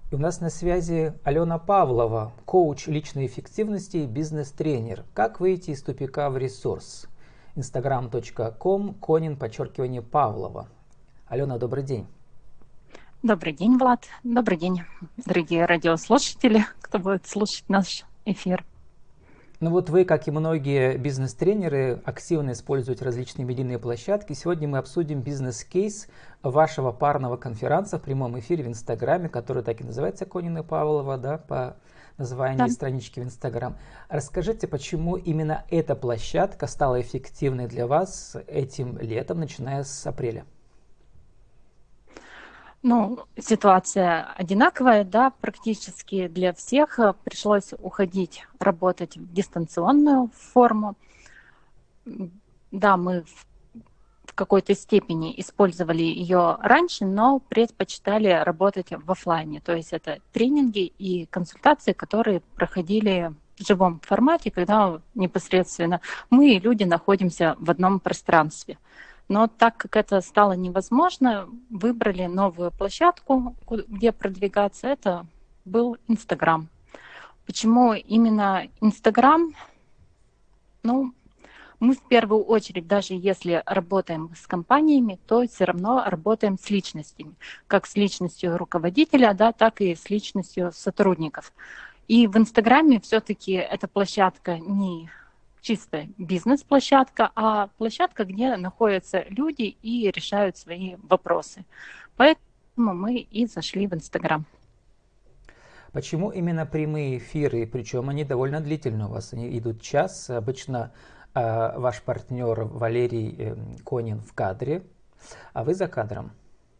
И у нас на связи Алена Павлова, коуч личной эффективности и бизнес-тренер. Как выйти из тупика в ресурс? Instagram.com, Конин_Павлова. Алена, добрый день. Добрый день, Влад. Добрый день, дорогие радиослушатели, кто будет слушать наш эфир. Ну вот вы, как и многие бизнес-тренеры, активно используете различные медийные площадки. Сегодня мы обсудим бизнес-кейс вашего парного конференца в прямом эфире в Инстаграме, который так и называется Конин и Павлова, да, по названию странички в Инстаграм. Расскажите, почему именно эта площадка стала эффективной для вас этим летом, начиная с апреля? Ну, ситуация одинаковая, да, практически для всех. Пришлось уходить работать в дистанционную форму. Да, мы в какой-то степени использовали ее раньше, но предпочитали работать в офлайне. То есть это тренинги и консультации, которые проходили в живом формате, когда непосредственно мы и люди находимся в одном пространстве. Но так как это стало невозможно, выбрали новую площадку, где продвигаться. Это был Инстаграм. Почему именно Инстаграм? Ну, мы в первую очередь, даже если работаем с компаниями, то все равно работаем с личностями. Как с личностью руководителя, да, так и с личностью сотрудников. И в Инстаграме все-таки эта площадка не чисто бизнес-площадка, а площадка, где находятся люди и решают свои вопросы. Поэтому мы и зашли в Инстаграм. Почему именно прямые эфиры? Причем они довольно длительные у вас, они идут час. Обычно ваш партнер Валерий Конин в кадре, а вы за кадром.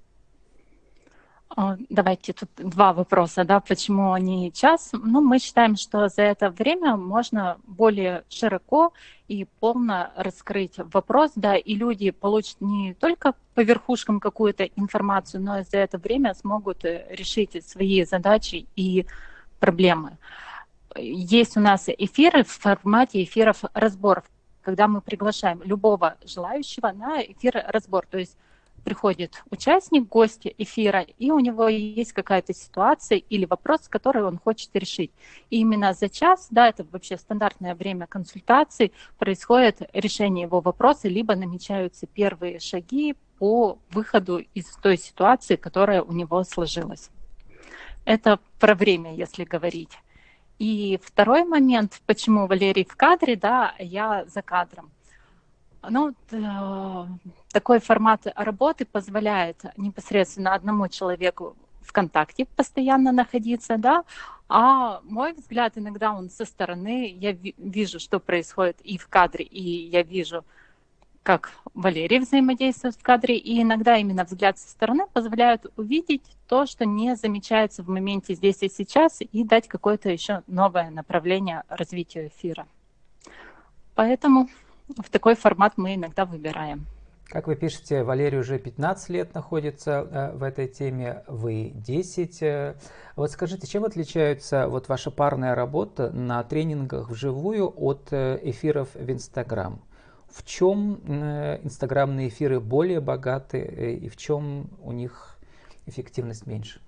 Давайте тут два вопроса, да, почему они час. Ну, мы считаем, что за это время можно более широко и полно раскрыть вопрос, да, и люди получат не только по верхушкам какую-то информацию, но и за это время смогут решить свои задачи и проблемы. Есть у нас эфиры в формате эфиров-разборов, когда мы приглашаем любого желающего на эфир-разбор, то есть приходит участник, гость эфира, и у него есть какая-то ситуация или вопрос, который он хочет решить. И именно за час, да, это вообще стандартное время консультаций, происходит решение его вопроса, либо намечаются первые шаги по выходу из той ситуации, которая у него сложилась. Это про время, если говорить. И второй момент, почему Валерий в кадре, да, а я за кадром. Ну, такой формат работы позволяет непосредственно одному человеку в контакте постоянно находиться, да, а мой взгляд иногда он со стороны, я вижу, что происходит и в кадре, и я вижу, как Валерий взаимодействует в кадре, и иногда именно взгляд со стороны позволяет увидеть то, что не замечается в моменте здесь и сейчас, и дать какое-то еще новое направление развитию эфира. Поэтому в такой формат мы иногда выбираем. Как вы пишете, Валерий уже 15 лет находится в этой теме, вы 10. Вот скажите, чем отличается вот ваша парная работа на тренингах вживую от эфиров в Инстаграм? В чем инстаграмные эфиры более богаты и в чем у них эффективность меньше?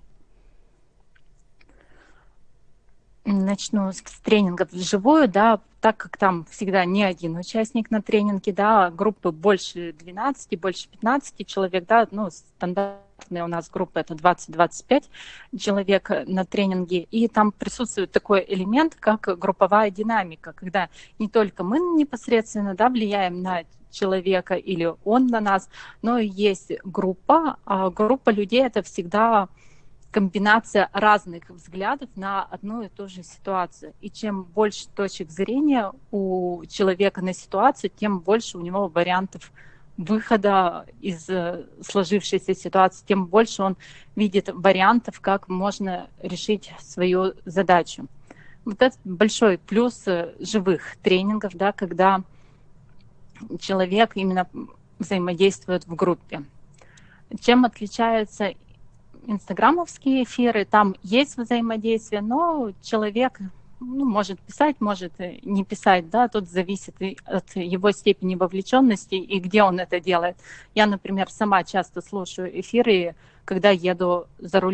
Начну с тренингов вживую, да, так как там всегда не один участник на тренинге, да, группы больше 12, больше 15 человек, да, ну, стандартная у нас группа это 20-25 человек на тренинге, и там присутствует такой элемент, как групповая динамика, когда не только мы непосредственно, да, влияем на человека или он на нас, но и есть группа, а группа людей это всегда комбинация разных взглядов на одну и ту же ситуацию. И чем больше точек зрения у человека на ситуацию, тем больше у него вариантов выхода из сложившейся ситуации, тем больше он видит вариантов, как можно решить свою задачу. Вот это большой плюс живых тренингов, да, когда человек именно взаимодействует в группе. Чем отличаются инстаграмовские эфиры, там есть взаимодействие, но человек может писать, может не писать, да, тут зависит от его степени вовлеченности и где он это делает. Я, например, сама часто слушаю эфиры, когда еду за рулем.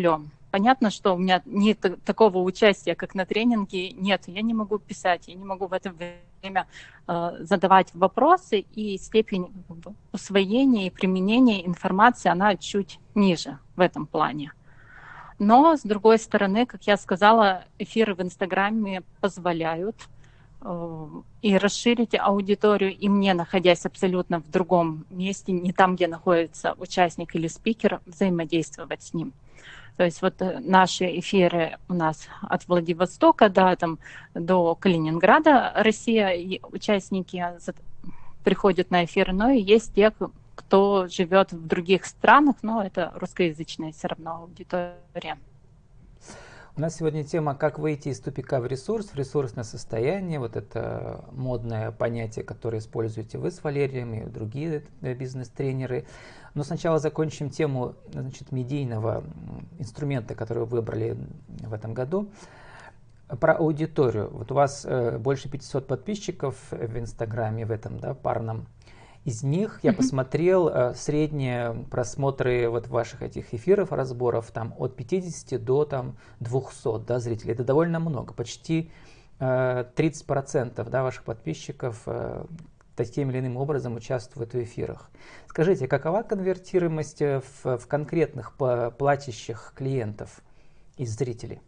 понятно, что у меня нет такого участия, как на тренинге, нет, я не могу писать, я не могу в это время задавать вопросы, и степень усвоения и применения информации, она чуть ниже в этом плане. Но, с другой стороны, как я сказала, эфиры в Инстаграме позволяют и расширить аудиторию, и мне, находясь абсолютно в другом месте, не там, где находится участник или спикер, взаимодействовать с ним. То есть вот наши эфиры у нас от Владивостока, да, там, до Калининграда, Россия, и участники приходят на эфир, но и есть те, кто живет в других странах, но это русскоязычная все равно аудитория. У нас сегодня тема «Как выйти из тупика в ресурс, в ресурсное состояние». Вот это модное понятие, которое используете вы с Валерием и другие бизнес-тренеры. Но сначала закончим тему, значит, медийного инструмента, который вы выбрали в этом году. Про аудиторию. Вот у вас больше 500 подписчиков в Инстаграме, в этом, да, парном. Из них я посмотрел средние просмотры вот ваших этих эфиров, разборов, там от 50 до там 200, да, зрителей. Это довольно много, почти 30%, да, ваших подписчиков тем или иным образом участвуют в эфирах. Скажите, какова конвертируемость в конкретных платящих клиентов из зрителей?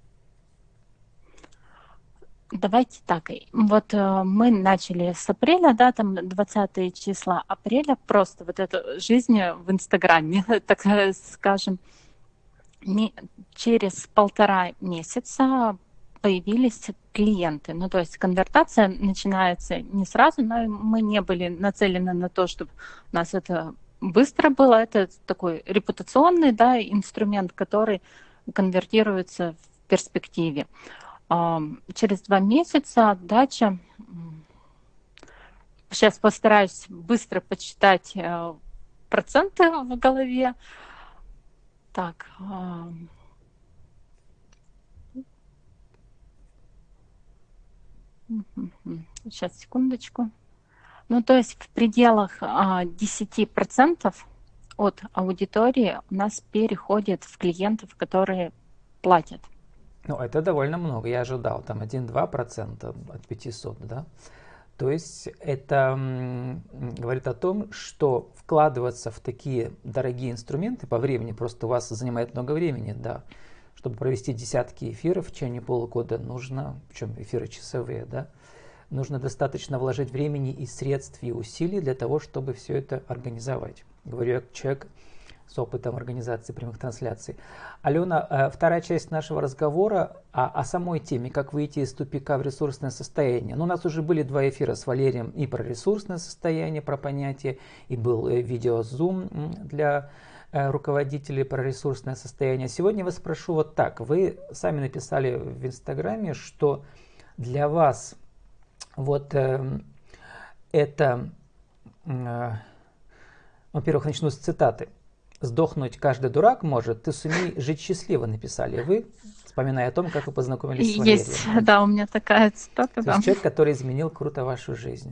Давайте так, вот мы начали с апреля, да, там 20 числа апреля, просто вот эту жизнь в Инстаграме, так скажем, через 1,5 месяца появились клиенты. Ну, то есть конвертация начинается не сразу, но мы не были нацелены на то, чтобы у нас это быстро было. Это такой репутационный, да, инструмент, который конвертируется в перспективе. Через 2 месяца отдача, сейчас постараюсь быстро подсчитать проценты в голове. Так, сейчас, секундочку. Ну, то есть в пределах 10% от аудитории у нас переходит в клиентов, которые платят. Ну, это довольно много. Я ожидал там 1-2% от 500, да. То есть это говорит о том, что вкладываться в такие дорогие инструменты по времени, просто у вас занимает много времени, да. Чтобы провести десятки эфиров в течение полугода нужно, причем эфиры часовые, да, нужно достаточно вложить времени и средств, и усилий для того, чтобы все это организовать. Говорю я как человек с опытом организации прямых трансляций. Алена, вторая часть нашего разговора о самой теме, как выйти из тупика в ресурсное состояние. Ну, у нас уже были 2 эфира с Валерием и про ресурсное состояние, про понятие, и был видео Zoom для руководителей про ресурсное состояние. Сегодня я вас спрошу вот так. Вы сами написали в Инстаграме, что для вас вот это, во-первых, начну с цитаты. «Сдохнуть каждый дурак может, ты сумей жить счастливо», написали вы, вспоминая о том, как вы познакомились с Валерием. Есть, да, у меня такая цитата. То есть человек, который изменил круто вашу жизнь,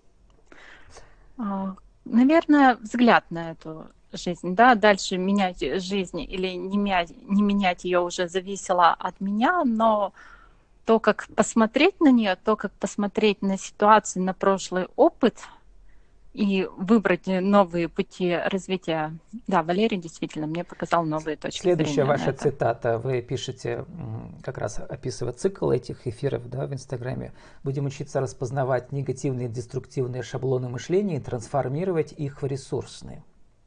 да? Наверное, взгляд на эту жизнь, да, дальше менять жизнь или не менять ее уже зависело от меня, но то, как посмотреть на нее, то, как посмотреть на ситуацию, на прошлый опыт, и выбрать новые пути развития. Да, Валерий действительно мне показал новые точки зрения. Следующая ваша цитата. Вы пишете, как раз описывая цикл этих эфиров, да, в Инстаграме. Будем учиться распознавать негативные, деструктивные шаблоны мышления и трансформировать их в ресурсные.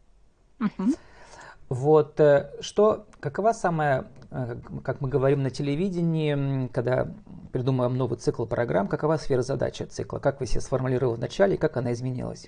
Вот какова самая, как мы говорим на телевидении, когда придумываем новый цикл программ, какова сфера задачи цикла? Как вы себе сформулировали в начале и как она изменилась?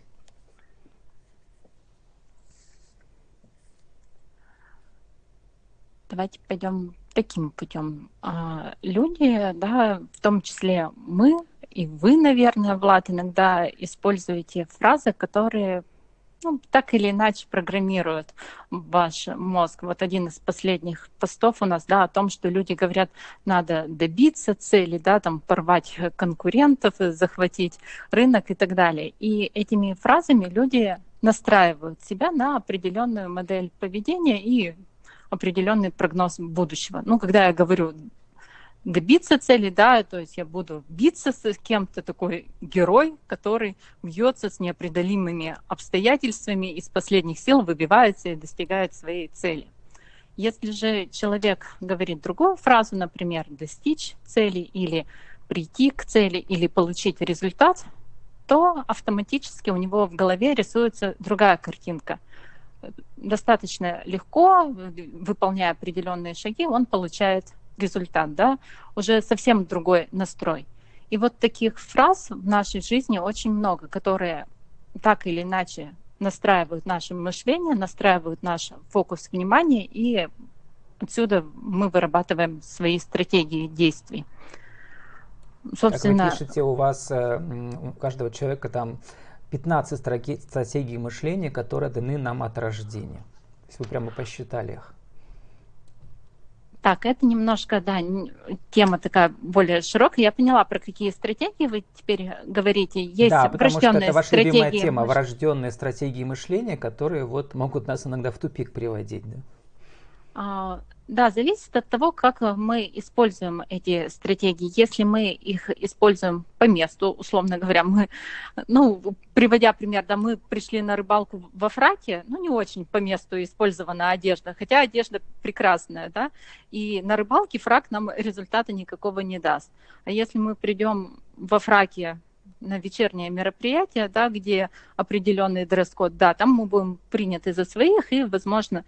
Давайте пойдем таким путем. Люди, да, в том числе мы и вы, наверное, Влад, иногда используете фразы, которые так или иначе программируют ваш мозг. Вот один из последних постов у нас, да, о том, что люди говорят, надо добиться цели, да, там порвать конкурентов, захватить рынок и так далее. И этими фразами люди настраивают себя на определенную модель поведения и определенный прогноз будущего. Ну, когда я говорю добиться цели, да, то есть я буду биться с кем-то, такой герой, который бьется с непреодолимыми обстоятельствами, из последних сил выбивается и достигает своей цели. Если же человек говорит другую фразу, например, достичь цели или прийти к цели или получить результат, то автоматически у него в голове рисуется другая картинка. Достаточно легко, выполняя определенные шаги, он получает результат, да, уже совсем другой настрой. И вот таких фраз в нашей жизни очень много, которые так или иначе настраивают наше мышление, настраивают наш фокус внимания, и отсюда мы вырабатываем свои стратегии действий. Собственно, как вы пишете, у вас, у каждого человека там 15 стратегий мышления, которые даны нам от рождения. То есть вы прямо посчитали их. Так, это немножко, да, тема такая более широкая. Я поняла, про какие стратегии вы теперь говорите. Есть да, потому что это ваша любимая тема, мышления. врожденные стратегии мышления, которые вот могут нас иногда в тупик приводить. Да? Да, зависит от того, как мы используем эти стратегии. Если мы их используем по месту, условно говоря, мы, приводя пример, да, мы пришли на рыбалку во фраке, не очень по месту использована одежда, хотя одежда прекрасная, да, и на рыбалке фрак нам результата никакого не даст. А если мы придем во фраке на вечернее мероприятие, да, где определенный дресс-код, да, там мы будем приняты за своих, и, возможно,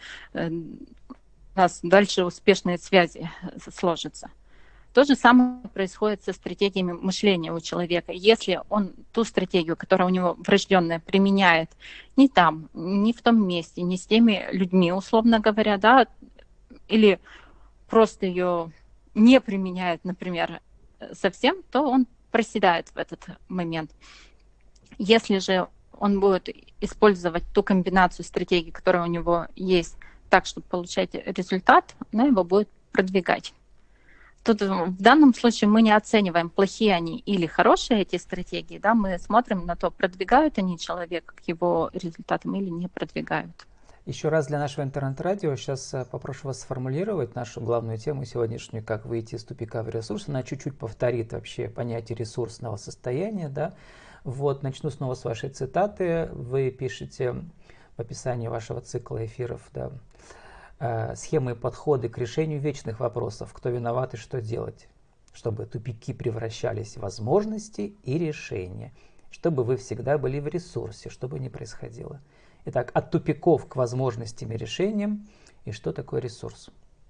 у нас дальше успешные связи сложатся. То же самое происходит со стратегиями мышления у человека. Если он ту стратегию, которая у него врожденная, применяет не там, не в том месте, не с теми людьми, условно говоря, да, или просто ее не применяет, например, совсем, то он проседает в этот момент. Если же он будет использовать ту комбинацию стратегий, которая у него есть, так, чтобы получать результат, она его будет продвигать. Тут в данном случае мы не оцениваем, плохие они или хорошие эти стратегии, да, мы смотрим на то, продвигают они человека к его результатам или не продвигают. Еще раз для нашего интернет-радио сейчас попрошу вас сформулировать нашу главную тему сегодняшнюю, как выйти из тупика в ресурс. Она чуть-чуть повторит вообще понятие ресурсного состояния, да. Вот, начну снова с вашей цитаты. Вы пишете в описании вашего цикла эфиров, да, схемы и подходы к решению вечных вопросов, кто виноват и что делать, чтобы тупики превращались в возможности и решения, чтобы вы всегда были в ресурсе, что бы ни происходило. Итак, от тупиков к возможностям и решениям, и что такое ресурс?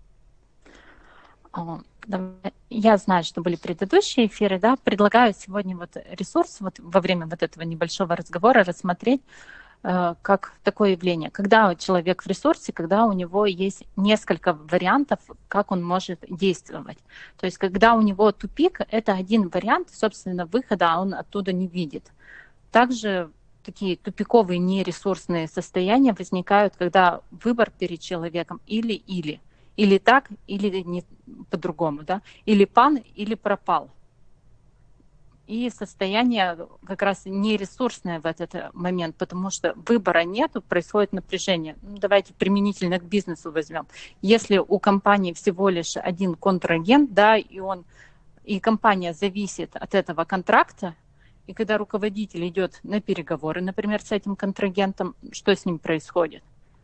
Я знаю, что были предыдущие эфиры, да, предлагаю сегодня вот ресурс, вот во время вот этого небольшого разговора рассмотреть как такое явление. Когда человек в ресурсе, когда у него есть несколько вариантов, как он может действовать. То есть когда у него тупик, это один вариант, собственно, выхода он оттуда не видит. Также такие тупиковые нересурсные состояния возникают, когда выбор перед человеком или-или. Или так, или не по-другому, да? Или пан, или пропал. И состояние как раз нересурсное в этот момент, потому что выбора нету, происходит напряжение. Давайте применительно к бизнесу возьмем. Если у компании всего лишь один контрагент, да, и компания зависит от этого контракта, и когда руководитель идет на переговоры, например, с этим контрагентом, что с ним происходит?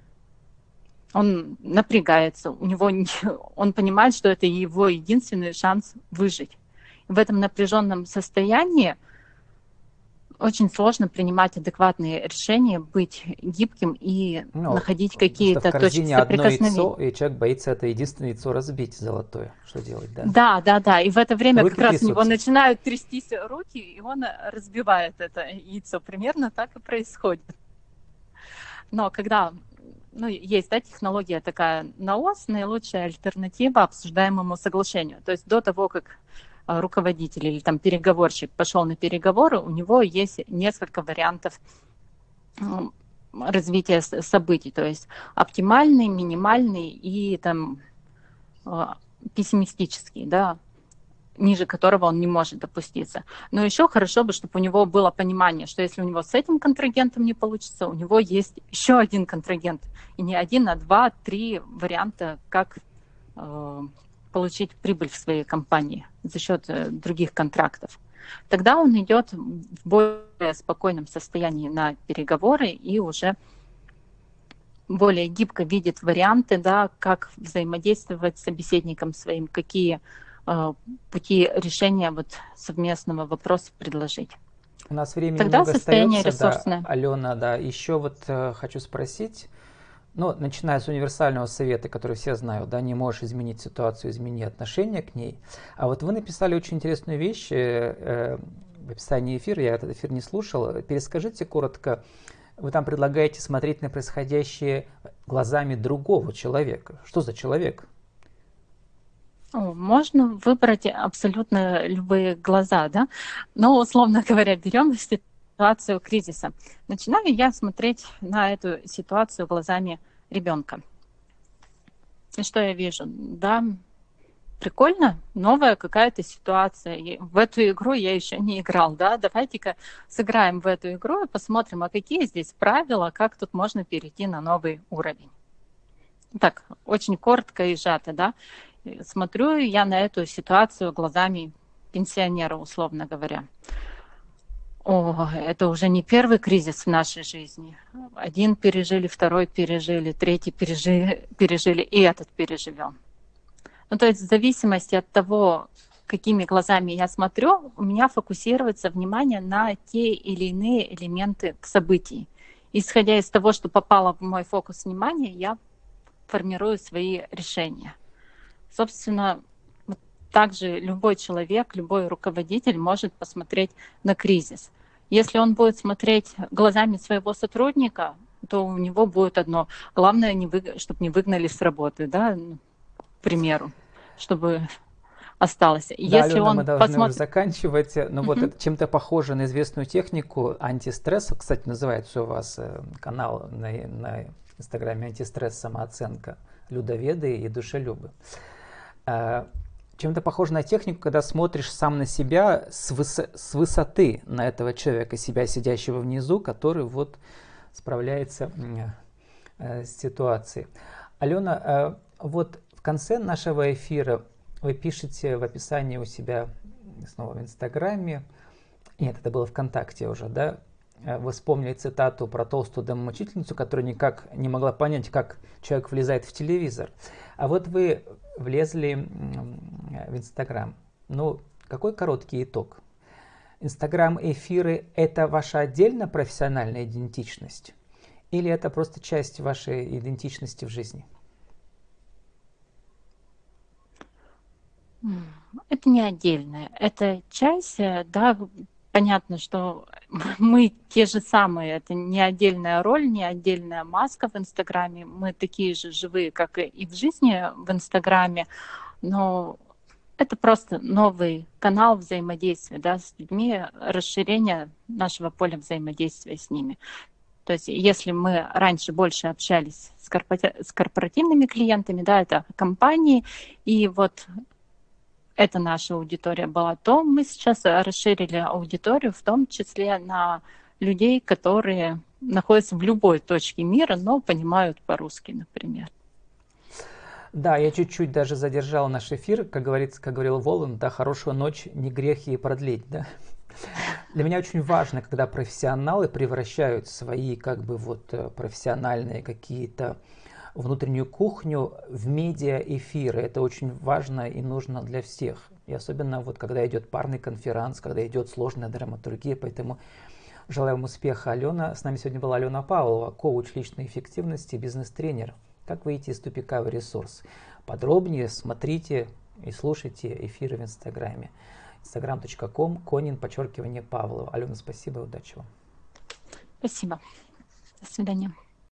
Он напрягается, он понимает, что это его единственный шанс выжить. В этом напряженном состоянии очень сложно принимать адекватные решения, быть гибким и находить какие-то точки соприкосновения. Одно яйцо, и человек боится это единственное яйцо разбить золотое. Что делать, да? Да. И в это время руки как раз трясутся. у него начинают трястись руки, и он разбивает это яйцо. Примерно так и происходит. Но когда есть, да, технология такая НАОС, наилучшая альтернатива обсуждаемому соглашению. То есть до того, как руководитель или там переговорщик пошел на переговоры, у него есть несколько вариантов развития событий, то есть оптимальный, минимальный и там пессимистический, да. ниже которого он не может опуститься. Но еще хорошо бы, чтобы у него было понимание, что если у него с этим контрагентом не получится, у него есть еще один контрагент. И не один, а два, три варианта, как получить прибыль в своей компании за счет других контрактов. Тогда он идет в более спокойном состоянии на переговоры и уже более гибко видит варианты, да, как взаимодействовать с собеседником своим, какие пути решения вот совместного вопроса предложить. У нас времени Тогда много состояние остается, да, ресурсное. Алена, да. Еще вот хочу спросить, ну, начиная с универсального совета, который все знают, да, не можешь изменить ситуацию, измени отношение к ней. А вот вы написали очень интересную вещь в описании эфира, я этот эфир не слушал. Перескажите коротко, вы там предлагаете смотреть на происходящее глазами другого человека. Что за человек? Можно выбрать абсолютно любые глаза, да, но, условно говоря, берем ситуацию кризиса. Начинаю я смотреть на эту ситуацию глазами ребенка. И что я вижу? Да, прикольно, новая какая-то ситуация. И в эту игру я еще не играл, да, давайте-ка сыграем в эту игру и посмотрим, а какие здесь правила, как тут можно перейти на новый уровень. Так, очень коротко и сжато, да. Смотрю я на эту ситуацию глазами пенсионера, условно говоря. О, это уже не первый кризис в нашей жизни. Один пережили, второй пережили, третий пережили и этот переживем. Ну, то есть в зависимости от того, какими глазами я смотрю, у меня фокусируется внимание на те или иные элементы событий. Исходя из того, что попало в мой фокус внимания, я формирую свои решения. Собственно, вот также любой человек, любой руководитель может посмотреть на кризис. Если он будет смотреть глазами своего сотрудника, то у него будет одно. Главное, чтобы не выгнали с работы, да, к примеру, чтобы осталось. Да, Если Алена, мы он должны уже посмотрит... заканчивать. Но вот Мгм. это чем-то похоже на известную технику антистресса. Кстати, называется у вас канал на Инстаграме «Антистресс. Самооценка. Людоведы и душелюбы». Чем-то похоже на технику, когда смотришь сам на себя с высоты на этого человека, себя, сидящего внизу, который вот справляется с ситуацией. Алена, вот в конце нашего эфира вы пишете в описании у себя снова в Инстаграме, нет, это было ВКонтакте уже, да, вы вспомнили цитату про толстую домомучительницу, которая никак не могла понять, как человек влезает в телевизор. А вот вы влезли в Инстаграм. Ну, какой короткий итог? Инстаграм-эфиры – это ваша отдельно профессиональная идентичность? Или это просто часть вашей идентичности в жизни? Это не отдельное, это часть, да, понятно, что мы те же самые, это не отдельная роль, не отдельная маска в Инстаграме, мы такие же живые, как и в жизни в Инстаграме, но это просто новый канал взаимодействия, да, с людьми, расширение нашего поля взаимодействия с ними. То есть если мы раньше больше общались с корпоративными клиентами, да, это компании, и вот это наша аудитория была, то мы сейчас расширили аудиторию, в том числе на людей, которые находятся в любой точке мира, но понимают по-русски, например. Да, я чуть-чуть даже задержал наш эфир, как говорится, как говорил Воланд, да, хорошую ночь, не грех ей продлить, да. Для меня очень важно, когда профессионалы превращают свои, как бы, вот, профессиональные какие-то внутреннюю кухню в медиа-эфиры. Это очень важно и нужно для всех. И особенно вот когда идет парный конферанс, когда идет сложная драматургия. Поэтому желаю вам успеха, Алена. С нами сегодня была Алена Павлова, коуч личной эффективности, бизнес-тренер. Как выйти из тупика в ресурс? Подробнее смотрите и слушайте эфиры в Инстаграме. instagram.com, Конин, _Павлова. Алена, спасибо и удачи вам. Спасибо. До свидания.